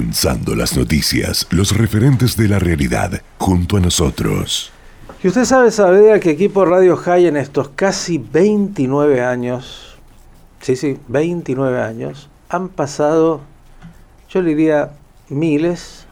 Condensando las noticias, los referentes de la realidad, junto a nosotros. Y usted sabe, Saavedra, que aquí por Radio High en estos casi 29 años, 29 años, han pasado, yo le diría, miles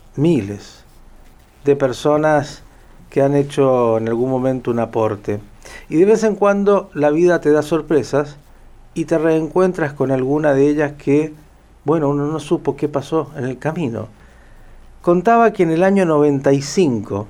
de personas que han hecho en algún momento un aporte. Y de vez en cuando la vida te da sorpresas y te reencuentras con alguna de ellas que, bueno, uno no supo qué pasó en el camino. Contaba que en el año 95,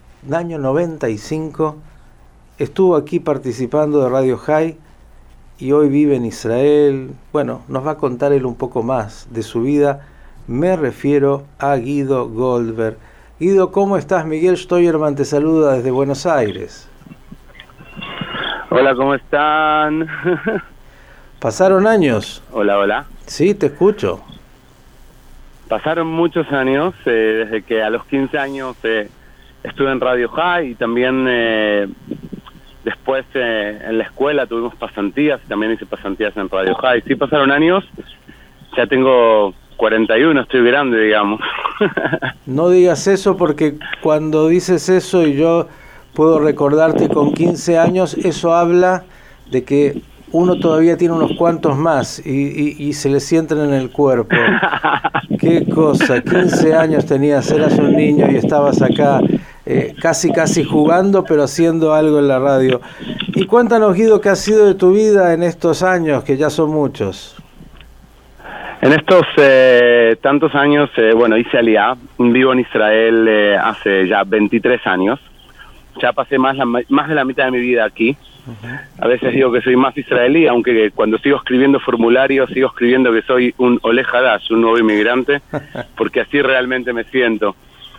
estuvo aquí participando de Radio High y hoy vive en Israel. Bueno, nos va a contar él un poco más de su vida. Me refiero a Guido Goldberg. Guido, ¿cómo estás? Miguel Steuermann te saluda desde Buenos Aires. Hola, ¿cómo están? ¿Pasaron años? Hola. Sí, te escucho. Pasaron muchos años, desde que a los 15 años estuve en Radio High y también después en la escuela tuvimos pasantías y también hice pasantías en Radio High. Sí, pasaron años, ya tengo 41, estoy grande, digamos. No digas eso porque cuando dices eso y yo puedo recordarte con 15 años, eso habla de que uno todavía tiene unos cuantos más y se le sienten en el cuerpo. Qué cosa, 15 años tenías, eras un niño y estabas acá casi jugando, pero haciendo algo en la radio. Y cuéntanos, Guido, ¿qué ha sido de tu vida en estos años, que ya son muchos? En estos tantos años, hice Aliyah, vivo en Israel hace ya 23 años. Ya pasé más de la mitad de mi vida aquí. A veces digo que soy más israelí, aunque cuando sigo escribiendo formularios sigo escribiendo que soy un Oleh Hadash, un nuevo inmigrante, porque así realmente me siento.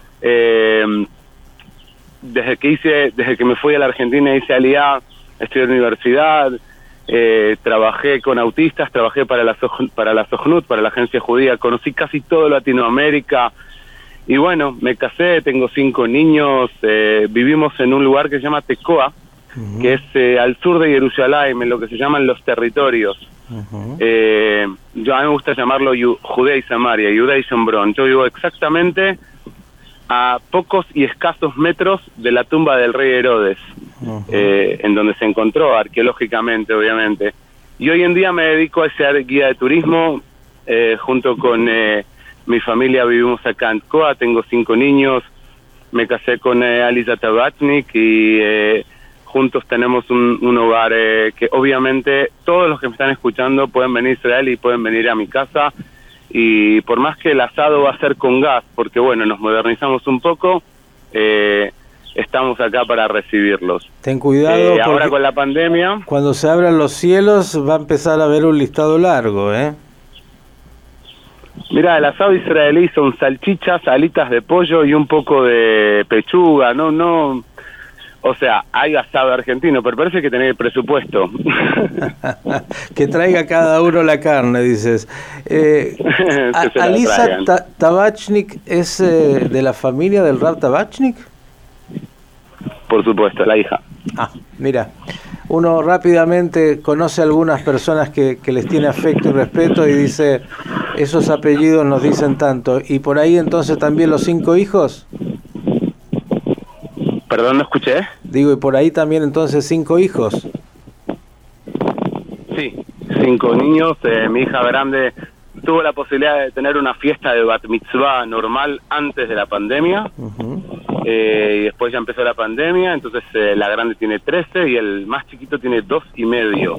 Desde que me fui a la Argentina hice Aliyah, estudié en la universidad, trabajé con autistas, trabajé para la Sojnut, para la agencia judía, conocí casi todo Latinoamérica. Y bueno, me casé, tengo 5 niños, vivimos en un lugar que se llama Tekoa, que es al sur de Jerusalén, en lo que se llaman los territorios. Yo a mí me gusta llamarlo Judea y Samaria, Judea y Shomron. Yo vivo exactamente a pocos y escasos metros de la tumba del rey Herodes, en donde se encontró arqueológicamente, obviamente. Y hoy en día me dedico a ser guía de turismo, junto con mi familia vivimos acá en Tekoa, tengo 5 niños, me casé con Aliza Tabachnik y juntos tenemos un hogar que obviamente todos los que me están escuchando pueden venir a Israel y pueden venir a mi casa, y por más que el asado va a ser con gas, porque bueno, nos modernizamos un poco, estamos acá para recibirlos. Ten cuidado, ahora con la pandemia, cuando se abran los cielos va a empezar a haber un listado largo, Mira, el asado israelí son salchichas, alitas de pollo y un poco de pechuga, no, o sea, hay asado argentino, pero parece que tener presupuesto. Que traiga cada uno la carne, dices. Aliza Tabachnik es de la familia del Rab Tabachnik. Por supuesto, la hija. Mira, uno rápidamente conoce a algunas personas que les tiene afecto y respeto y dice, esos apellidos nos dicen tanto. ¿Y por ahí entonces también los 5 hijos? Perdón, no escuché. Digo, ¿y por ahí también entonces 5 hijos? Sí, 5 niños. Mi hija grande tuvo la posibilidad de tener una fiesta de bat mitzvah normal antes de la pandemia. Y después ya empezó la pandemia, entonces la grande tiene 13 y el más chiquito tiene 2 y medio.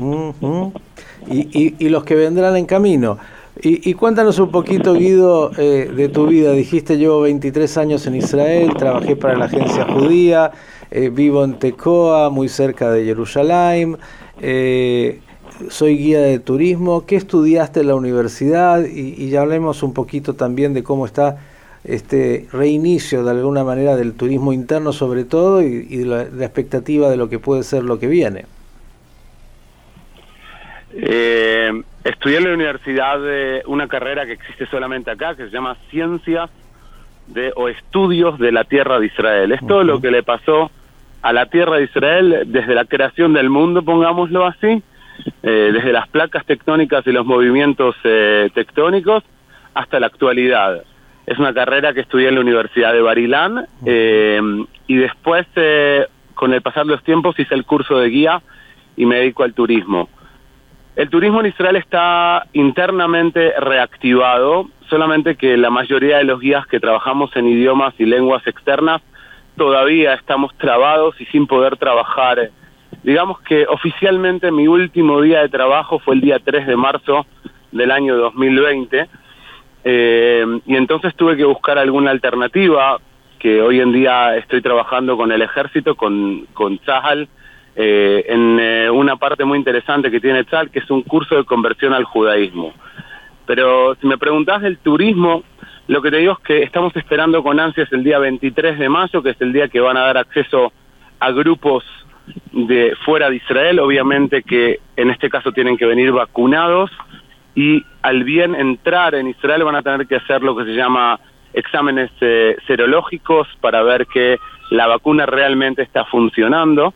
Y los que vendrán en camino. Y cuéntanos un poquito, Guido, de tu vida. Dijiste, llevo 23 años en Israel, trabajé para la agencia judía, vivo en Tekoa, muy cerca de Jerusalén, soy guía de turismo. ¿Qué estudiaste en la universidad? Y ya hablemos un poquito también de cómo está este reinicio de alguna manera del turismo interno sobre todo y la expectativa de lo que puede ser lo que viene. Estudié en la universidad una carrera que existe solamente acá, que se llama Ciencias o Estudios de la Tierra de Israel. Es todo lo que le pasó a la Tierra de Israel desde la creación del mundo, pongámoslo así, desde las placas tectónicas y los movimientos tectónicos hasta la actualidad. Es una carrera que estudié en la Universidad de Bar-Ilan, y después, con el pasar de los tiempos, hice el curso de guía y me dedico al turismo. El turismo en Israel está internamente reactivado, solamente que la mayoría de los guías que trabajamos en idiomas y lenguas externas todavía estamos trabados y sin poder trabajar. Digamos que oficialmente mi último día de trabajo fue el día 3 de marzo del año 2020, y entonces tuve que buscar alguna alternativa, que hoy en día estoy trabajando con el ejército, con Tzahal, en una parte muy interesante que tiene Tzahal, que es un curso de conversión al judaísmo. Pero si me preguntás del turismo, lo que te digo es que estamos esperando con ansias el día 23 de mayo, que es el día que van a dar acceso a grupos de fuera de Israel, obviamente que en este caso tienen que venir vacunados, y al bien entrar en Israel van a tener que hacer lo que se llama exámenes serológicos para ver que la vacuna realmente está funcionando,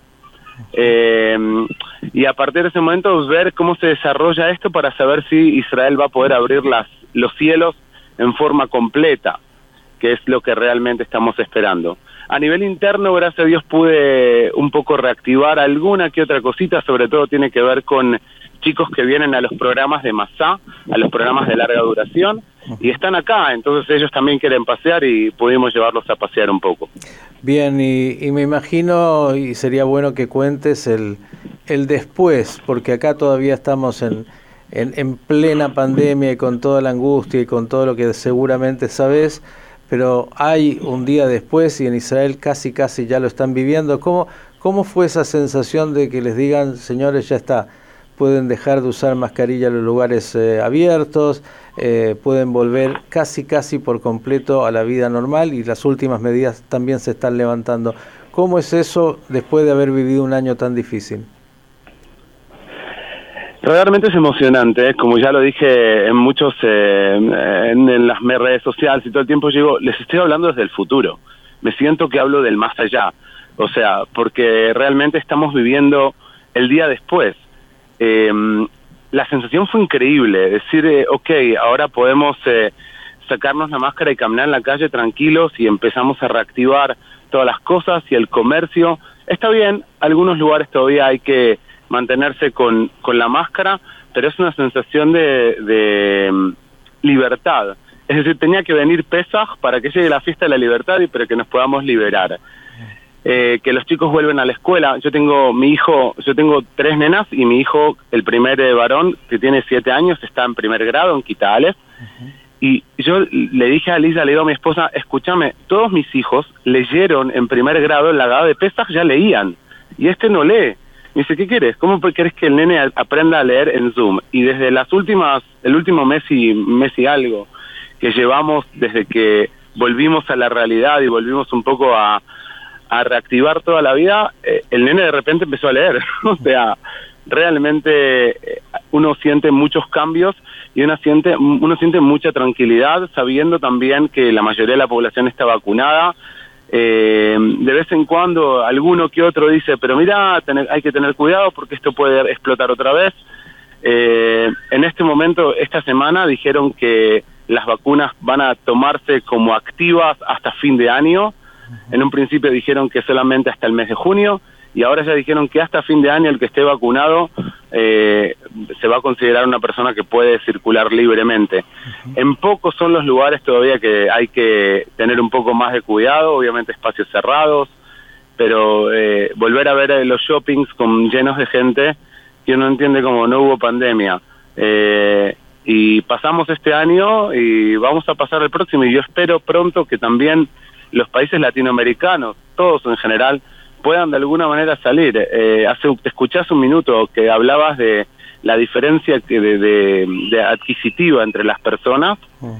y a partir de ese momento ver cómo se desarrolla esto para saber si Israel va a poder abrir los cielos en forma completa, que es lo que realmente estamos esperando. A nivel interno, gracias a Dios, pude un poco reactivar alguna que otra cosita, sobre todo tiene que ver con chicos que vienen a los programas de Masá, a los programas de larga duración, y están acá, entonces ellos también quieren pasear y pudimos llevarlos a pasear un poco. Bien, y me imagino, y sería bueno que cuentes el después, porque acá todavía estamos en plena pandemia y con toda la angustia y con todo lo que seguramente sabes, pero hay un día después y en Israel casi ya lo están viviendo. ¿Cómo fue esa sensación de que les digan, señores, ya está, pueden dejar de usar mascarilla en los lugares abiertos, pueden volver casi por completo a la vida normal y las últimas medidas también se están levantando? ¿Cómo es eso después de haber vivido un año tan difícil? Realmente es emocionante, como ya lo dije en muchos, en las redes sociales y todo el tiempo, yo digo, les estoy hablando desde el futuro, me siento que hablo del más allá, o sea, porque realmente estamos viviendo el día después. La sensación fue increíble, decir, ok, ahora podemos sacarnos la máscara y caminar en la calle tranquilos y empezamos a reactivar todas las cosas y el comercio. Está bien, algunos lugares todavía hay que mantenerse con la máscara, pero es una sensación de libertad. Es decir, tenía que venir Pesaj para que llegue la fiesta de la libertad y para que nos podamos liberar. Que los chicos vuelven a la escuela. Yo tengo 3 nenas y mi hijo, el primer varón, que tiene 7 años, está en primer grado, en Kita Aleph. Y yo le dije a Lisa, le digo a mi esposa, escúchame, todos mis hijos leyeron en primer grado en la Haggadah de Pesaj, ya leían, y este no lee. Me dice, ¿qué quieres? ¿Cómo querés que el nene aprenda a leer en Zoom? Y desde el último mes y algo que llevamos desde que volvimos a la realidad y volvimos un poco a reactivar toda la vida, el nene de repente empezó a leer. O sea, realmente uno siente muchos cambios y uno siente mucha tranquilidad sabiendo también que la mayoría de la población está vacunada. De vez en cuando alguno que otro dice, pero mira, hay que tener cuidado porque esto puede explotar otra vez. En este momento, esta semana, dijeron que las vacunas van a tomarse como activas hasta fin de año. En un principio dijeron que solamente hasta el mes de junio, y ahora ya dijeron que hasta fin de año el que esté vacunado se va a considerar una persona que puede circular libremente. En pocos son los lugares todavía que hay que tener un poco más de cuidado, obviamente espacios cerrados, pero volver a ver los shoppings llenos de gente, que uno entiende como no hubo pandemia. Y pasamos este año y vamos a pasar el próximo, y yo espero pronto que también los países latinoamericanos, todos en general, puedan de alguna manera salir. Te escuché hace un minuto que hablabas de la diferencia de adquisitiva entre las personas,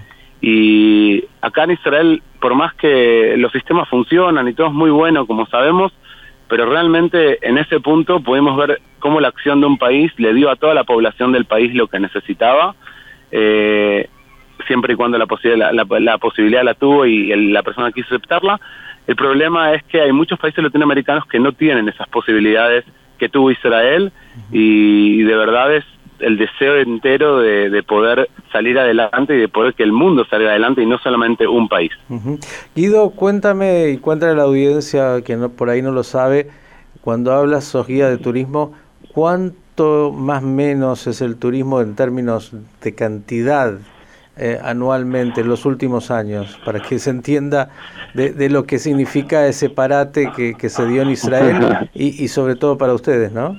y acá en Israel, por más que los sistemas funcionan y todo es muy bueno, como sabemos, pero realmente en ese punto pudimos ver cómo la acción de un país le dio a toda la población del país lo que necesitaba, siempre y cuando la posibilidad la tuvo y la persona quiso aceptarla. El problema es que hay muchos países latinoamericanos que no tienen esas posibilidades que tuvo Israel, y de verdad es el deseo entero de poder salir adelante y de poder que el mundo salga adelante y no solamente un país. Guido, cuéntame y cuéntale a la audiencia que por ahí no lo sabe, cuando hablas, sos guía de turismo, ¿cuánto más o menos es el turismo en términos de cantidad anualmente en los últimos años, para que se entienda de lo que significa ese parate que se dio en Israel y sobre todo para ustedes, ¿no?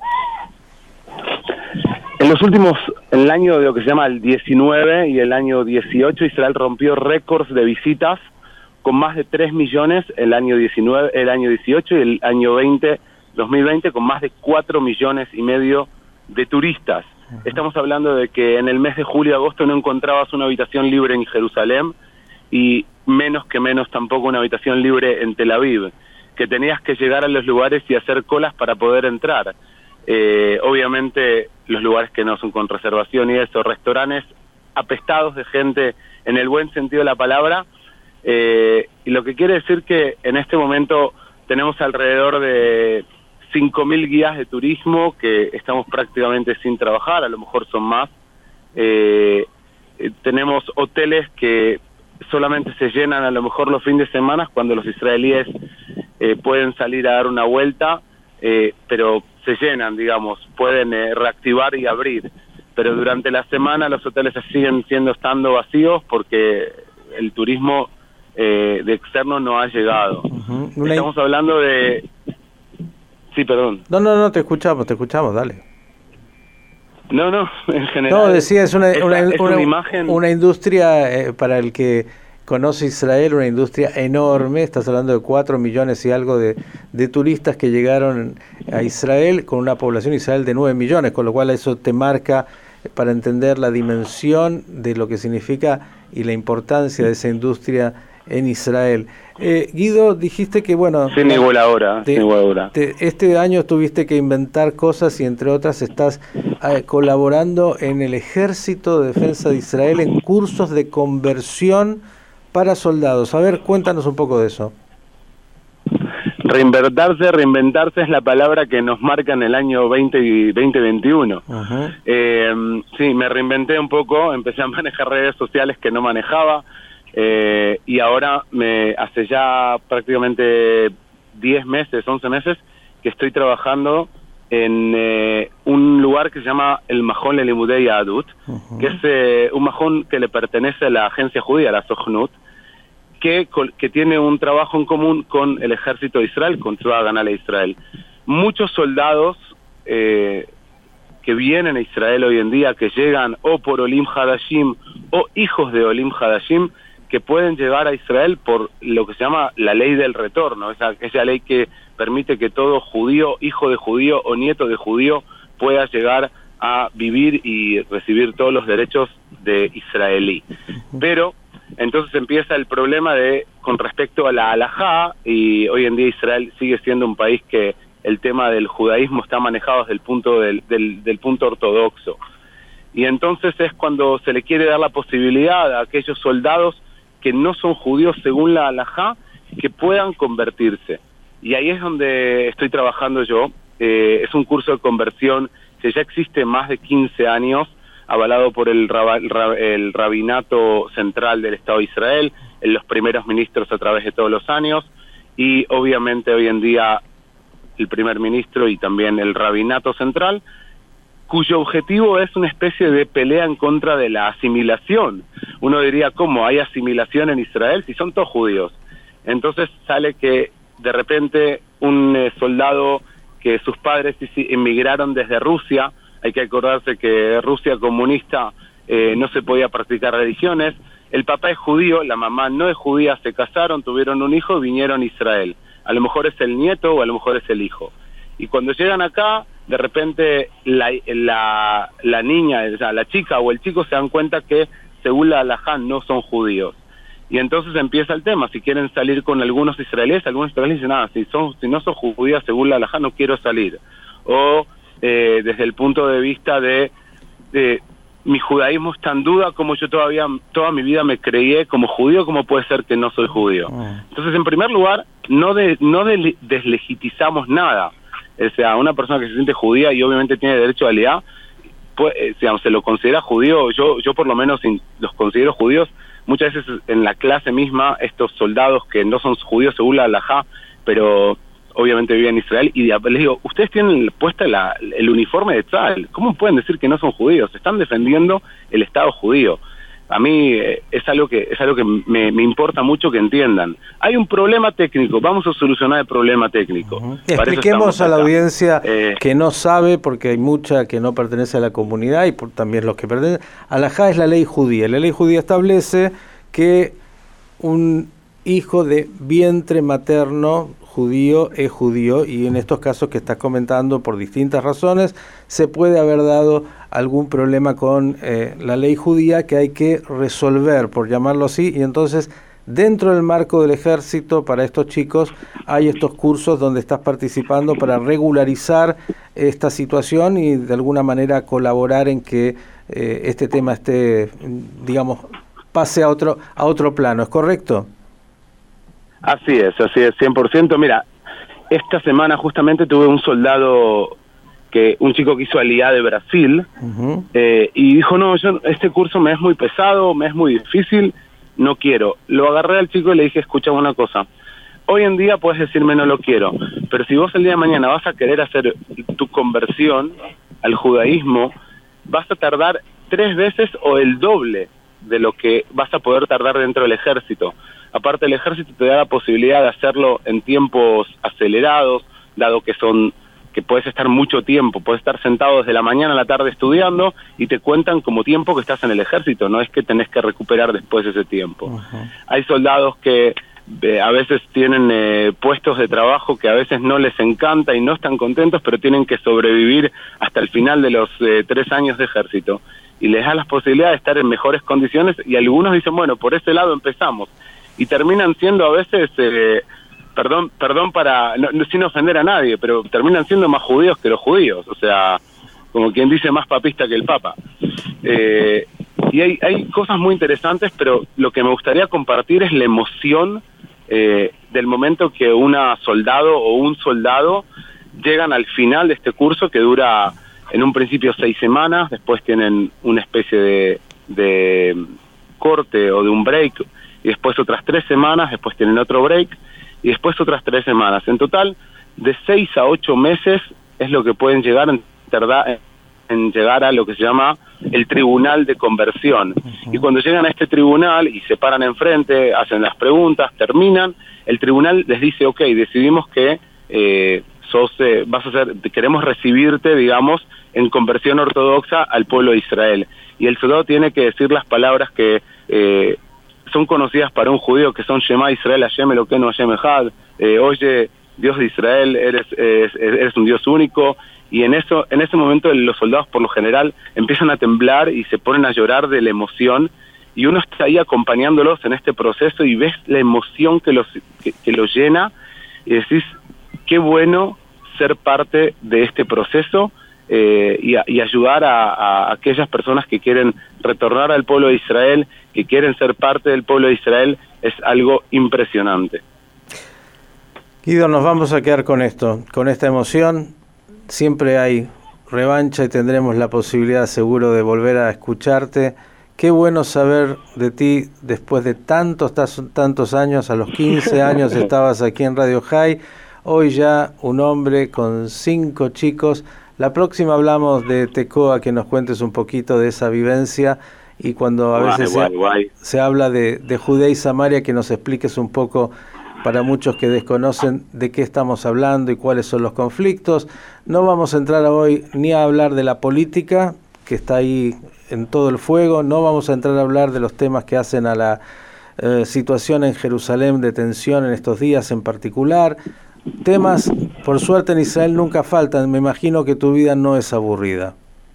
En los últimos, en el año de lo que se llama el 19 y el año 18, Israel rompió récords de visitas con más de 3 millones el año 19, el año 18 y el año 2020 con más de 4 millones y medio de turistas. Estamos hablando de que en el mes de julio y agosto no encontrabas una habitación libre en Jerusalén y menos tampoco una habitación libre en Tel Aviv, que tenías que llegar a los lugares y hacer colas para poder entrar. Obviamente los lugares que no son con reservación y eso, restaurantes apestados de gente en el buen sentido de la palabra, y lo que quiere decir que en este momento tenemos alrededor de 5.000 guías de turismo que estamos prácticamente sin trabajar, a lo mejor son más. Tenemos hoteles que solamente se llenan a lo mejor los fines de semana cuando los israelíes pueden salir a dar una vuelta, pero se llenan, digamos, pueden reactivar y abrir, pero durante la semana los hoteles siguen estando vacíos porque el turismo de externo no ha llegado. Estamos hablando de... Sí, perdón. No, te escuchamos, dale. No, en general... No, decía, es una imagen... una industria, para el que conoce Israel, una industria enorme. Estás hablando de 4 millones y algo de turistas que llegaron a Israel, con una población Israel de 9 millones, con lo cual eso te marca para entender la dimensión de lo que significa y la importancia de esa industria en Israel. Guido, dijiste que, bueno... Sin igual ahora. Este año tuviste que inventar cosas y, entre otras, estás colaborando en el Ejército de Defensa de Israel en cursos de conversión para soldados. A ver, cuéntanos un poco de eso. Reinventarse es la palabra que nos marca en el año 2021. Sí, me reinventé un poco, empecé a manejar redes sociales que no manejaba, y ahora hace ya prácticamente 10 meses, 11 meses, que estoy trabajando en un lugar que se llama el Mahon Lelimudei Yahadut, que es un mahón que le pertenece a la agencia judía, la Sochnut, que tiene un trabajo en común con el ejército de Israel, con Tzva Hagana de Israel. Muchos soldados que vienen a Israel hoy en día, que llegan o por Olim Hadashim o hijos de Olim Hadashim, que pueden llegar a Israel por lo que se llama la ley del retorno, esa ley que permite que todo judío, hijo de judío o nieto de judío pueda llegar a vivir y recibir todos los derechos de israelí. Pero entonces empieza el problema con respecto a la halajá, y hoy en día Israel sigue siendo un país que el tema del judaísmo está manejado desde el punto del punto ortodoxo. Y entonces es cuando se le quiere dar la posibilidad a aquellos soldados que no son judíos según la halajá, que puedan convertirse. Y ahí es donde estoy trabajando yo. Es un curso de conversión que ya existe más de 15 años, avalado por el rabinato central del Estado de Israel, en los primeros ministros a través de todos los años, y obviamente hoy en día el primer ministro y también el rabinato central, cuyo objetivo es una especie de pelea en contra de la asimilación. Uno diría, ¿cómo hay asimilación en Israel si son todos judíos? Entonces sale que de repente un soldado que sus padres emigraron desde Rusia, hay que acordarse que Rusia comunista no se podía practicar religiones, el papá es judío, la mamá no es judía, se casaron, tuvieron un hijo, vinieron a Israel. A lo mejor es el nieto o a lo mejor es el hijo. Y cuando llegan acá, de repente la niña, o sea, la chica o el chico se dan cuenta que según la halajá no son judíos. Y entonces empieza el tema, si quieren salir con algunos israelíes dicen, si no son judías según la halajá no quiero salir. O desde el punto de vista de mi judaísmo está en duda, como yo toda mi vida me creí como judío, ¿cómo puede ser que no soy judío? Entonces, en primer lugar, no deslegitizamos nada. O sea, una persona que se siente judía y obviamente tiene derecho a aliyá, digamos, se lo considera judío. Yo por lo menos los considero judíos. Muchas veces en la clase misma, estos soldados que no son judíos según la halajá, pero obviamente viven en Israel, y les digo, ustedes tienen puesta el uniforme de Tzahal, ¿cómo pueden decir que no son judíos? Están defendiendo el Estado judío. A mí es algo que me importa mucho que entiendan. Hay un problema técnico, vamos a solucionar el problema técnico. Uh-huh. Expliquemos a la audiencia que no sabe, porque hay mucha que no pertenece a la comunidad y también los que pertenecen. Halajá es la ley judía. La ley judía establece que un hijo de vientre materno judío es judío, y en estos casos que estás comentando, por distintas razones, se puede haber dado algún problema con la ley judía que hay que resolver, por llamarlo así, y entonces dentro del marco del ejército para estos chicos hay estos cursos donde estás participando para regularizar esta situación y de alguna manera colaborar en que este tema esté, digamos, pase a otro plano, ¿es correcto? Así es, 100%. Mira, esta semana justamente tuve un soldado, un chico que hizo Aliyá de Brasil, uh-huh. Y dijo, no, este curso me es muy pesado, me es muy difícil, no quiero. Lo agarré al chico y le dije, escucha una cosa, hoy en día puedes decirme no lo quiero, pero si vos el día de mañana vas a querer hacer tu conversión al judaísmo, vas a tardar 3 veces o el doble de lo que vas a poder tardar dentro del ejército. Aparte, el ejército te da la posibilidad de hacerlo en tiempos acelerados, dado que puedes estar mucho tiempo, puedes estar sentado desde la mañana a la tarde estudiando y te cuentan como tiempo que estás en el ejército, no es que tenés que recuperar después ese tiempo. Uh-huh. Hay soldados que a veces tienen puestos de trabajo que a veces no les encanta y no están contentos, pero tienen que sobrevivir hasta el final de los 3 años de ejército, y les da las posibilidades de estar en mejores condiciones, y algunos dicen, bueno, por ese lado empezamos, y terminan siendo a veces, perdón para, no, sin ofender a nadie, pero terminan siendo más judíos que los judíos, o sea, como quien dice, más papista que el Papa. Y hay cosas muy interesantes, pero lo que me gustaría compartir es la emoción del momento que una soldado o un soldado llegan al final de este curso, que dura en un principio 6 semanas, después tienen una especie de corte o de un break, y después otras 3 semanas, después tienen otro break, y después otras 3 semanas. En total, de 6 a 8 meses es lo que pueden llegar en llegar a lo que se llama el tribunal de conversión. Uh-huh. Y cuando llegan a este tribunal y se paran enfrente, hacen las preguntas, terminan, el tribunal les dice, ok, decidimos que queremos recibirte, digamos, en conversión ortodoxa al pueblo de Israel. Y el soldado tiene que decir las palabras que son conocidas para un judío, que son Shema Israel, Hashem Elokeinu Hashem Echad, oye, Dios de Israel, eres un Dios único. Y en ese momento los soldados por lo general empiezan a temblar y se ponen a llorar de la emoción, y uno está ahí acompañándolos en este proceso y ves la emoción que los llena, y decís, qué bueno ser parte de este proceso, y ayudar a aquellas personas que quieren retornar al pueblo de Israel, que quieren ser parte del pueblo de Israel, es algo impresionante. Guido, nos vamos a quedar con esto, con esta emoción. Siempre hay revancha y tendremos la posibilidad seguro de volver a escucharte. Qué bueno saber de ti después de tantos años. A los 15 años estabas aquí en Radio High, hoy ya un hombre con 5 chicos. La próxima hablamos de Tecoa, que nos cuentes un poquito de esa vivencia, y cuando a veces se habla de Judea y Samaria, que nos expliques un poco, para muchos que desconocen, de qué estamos hablando y cuáles son los conflictos. No vamos a entrar hoy ni a hablar de la política, que está ahí en todo el fuego, no vamos a entrar a hablar de los temas que hacen a la situación en Jerusalén, de tensión en estos días en particular. Temas, por suerte en Israel nunca faltan. Me imagino que tu vida no es aburrida.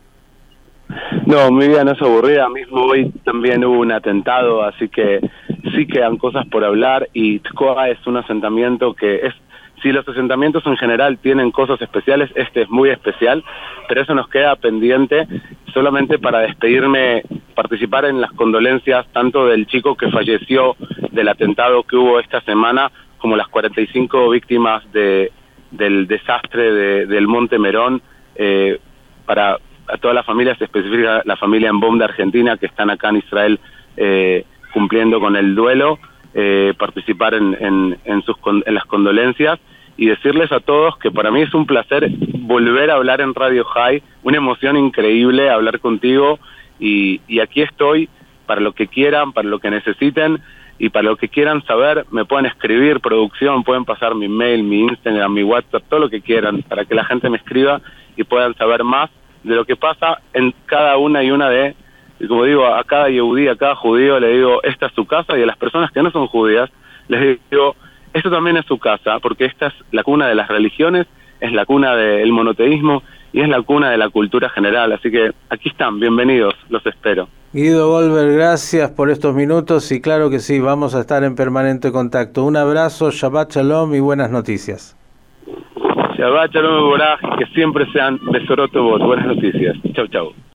No, mi vida no es aburrida. Mismo hoy también hubo un atentado, así que sí quedan cosas por hablar, y Tecoa es un asentamiento que es, si los asentamientos en general tienen cosas especiales, este es muy especial, pero eso nos queda pendiente. Solamente para despedirme, participar en las condolencias tanto del chico que falleció del atentado que hubo esta semana, como las 45 víctimas del desastre del Monte Merón, para a todas las familias, específicamente la familia en Bonn de Argentina, que están acá en Israel cumpliendo con el duelo, participar en las condolencias, y decirles a todos que para mí es un placer volver a hablar en Radio High, una emoción increíble hablar contigo, y aquí estoy para lo que quieran, para lo que necesiten, y para lo que quieran saber, me pueden escribir, producción, pueden pasar mi mail, mi Instagram, mi WhatsApp, todo lo que quieran, para que la gente me escriba y puedan saber más de lo que pasa en cada una y una de, y como digo, a cada yehudí, a cada judío le digo, esta es su casa, y a las personas que no son judías les digo, esto también es su casa, porque esta es la cuna de las religiones, es la cuna del monoteísmo y es la cuna de la cultura general, así que aquí están, bienvenidos, los espero. Guido Goldberg, gracias por estos minutos y claro que sí, vamos a estar en permanente contacto. Un abrazo, Shabbat Shalom y buenas noticias. Shabbat Shalom, Boraj, que siempre sean Besorot Tovot, buenas noticias. Chau, chau.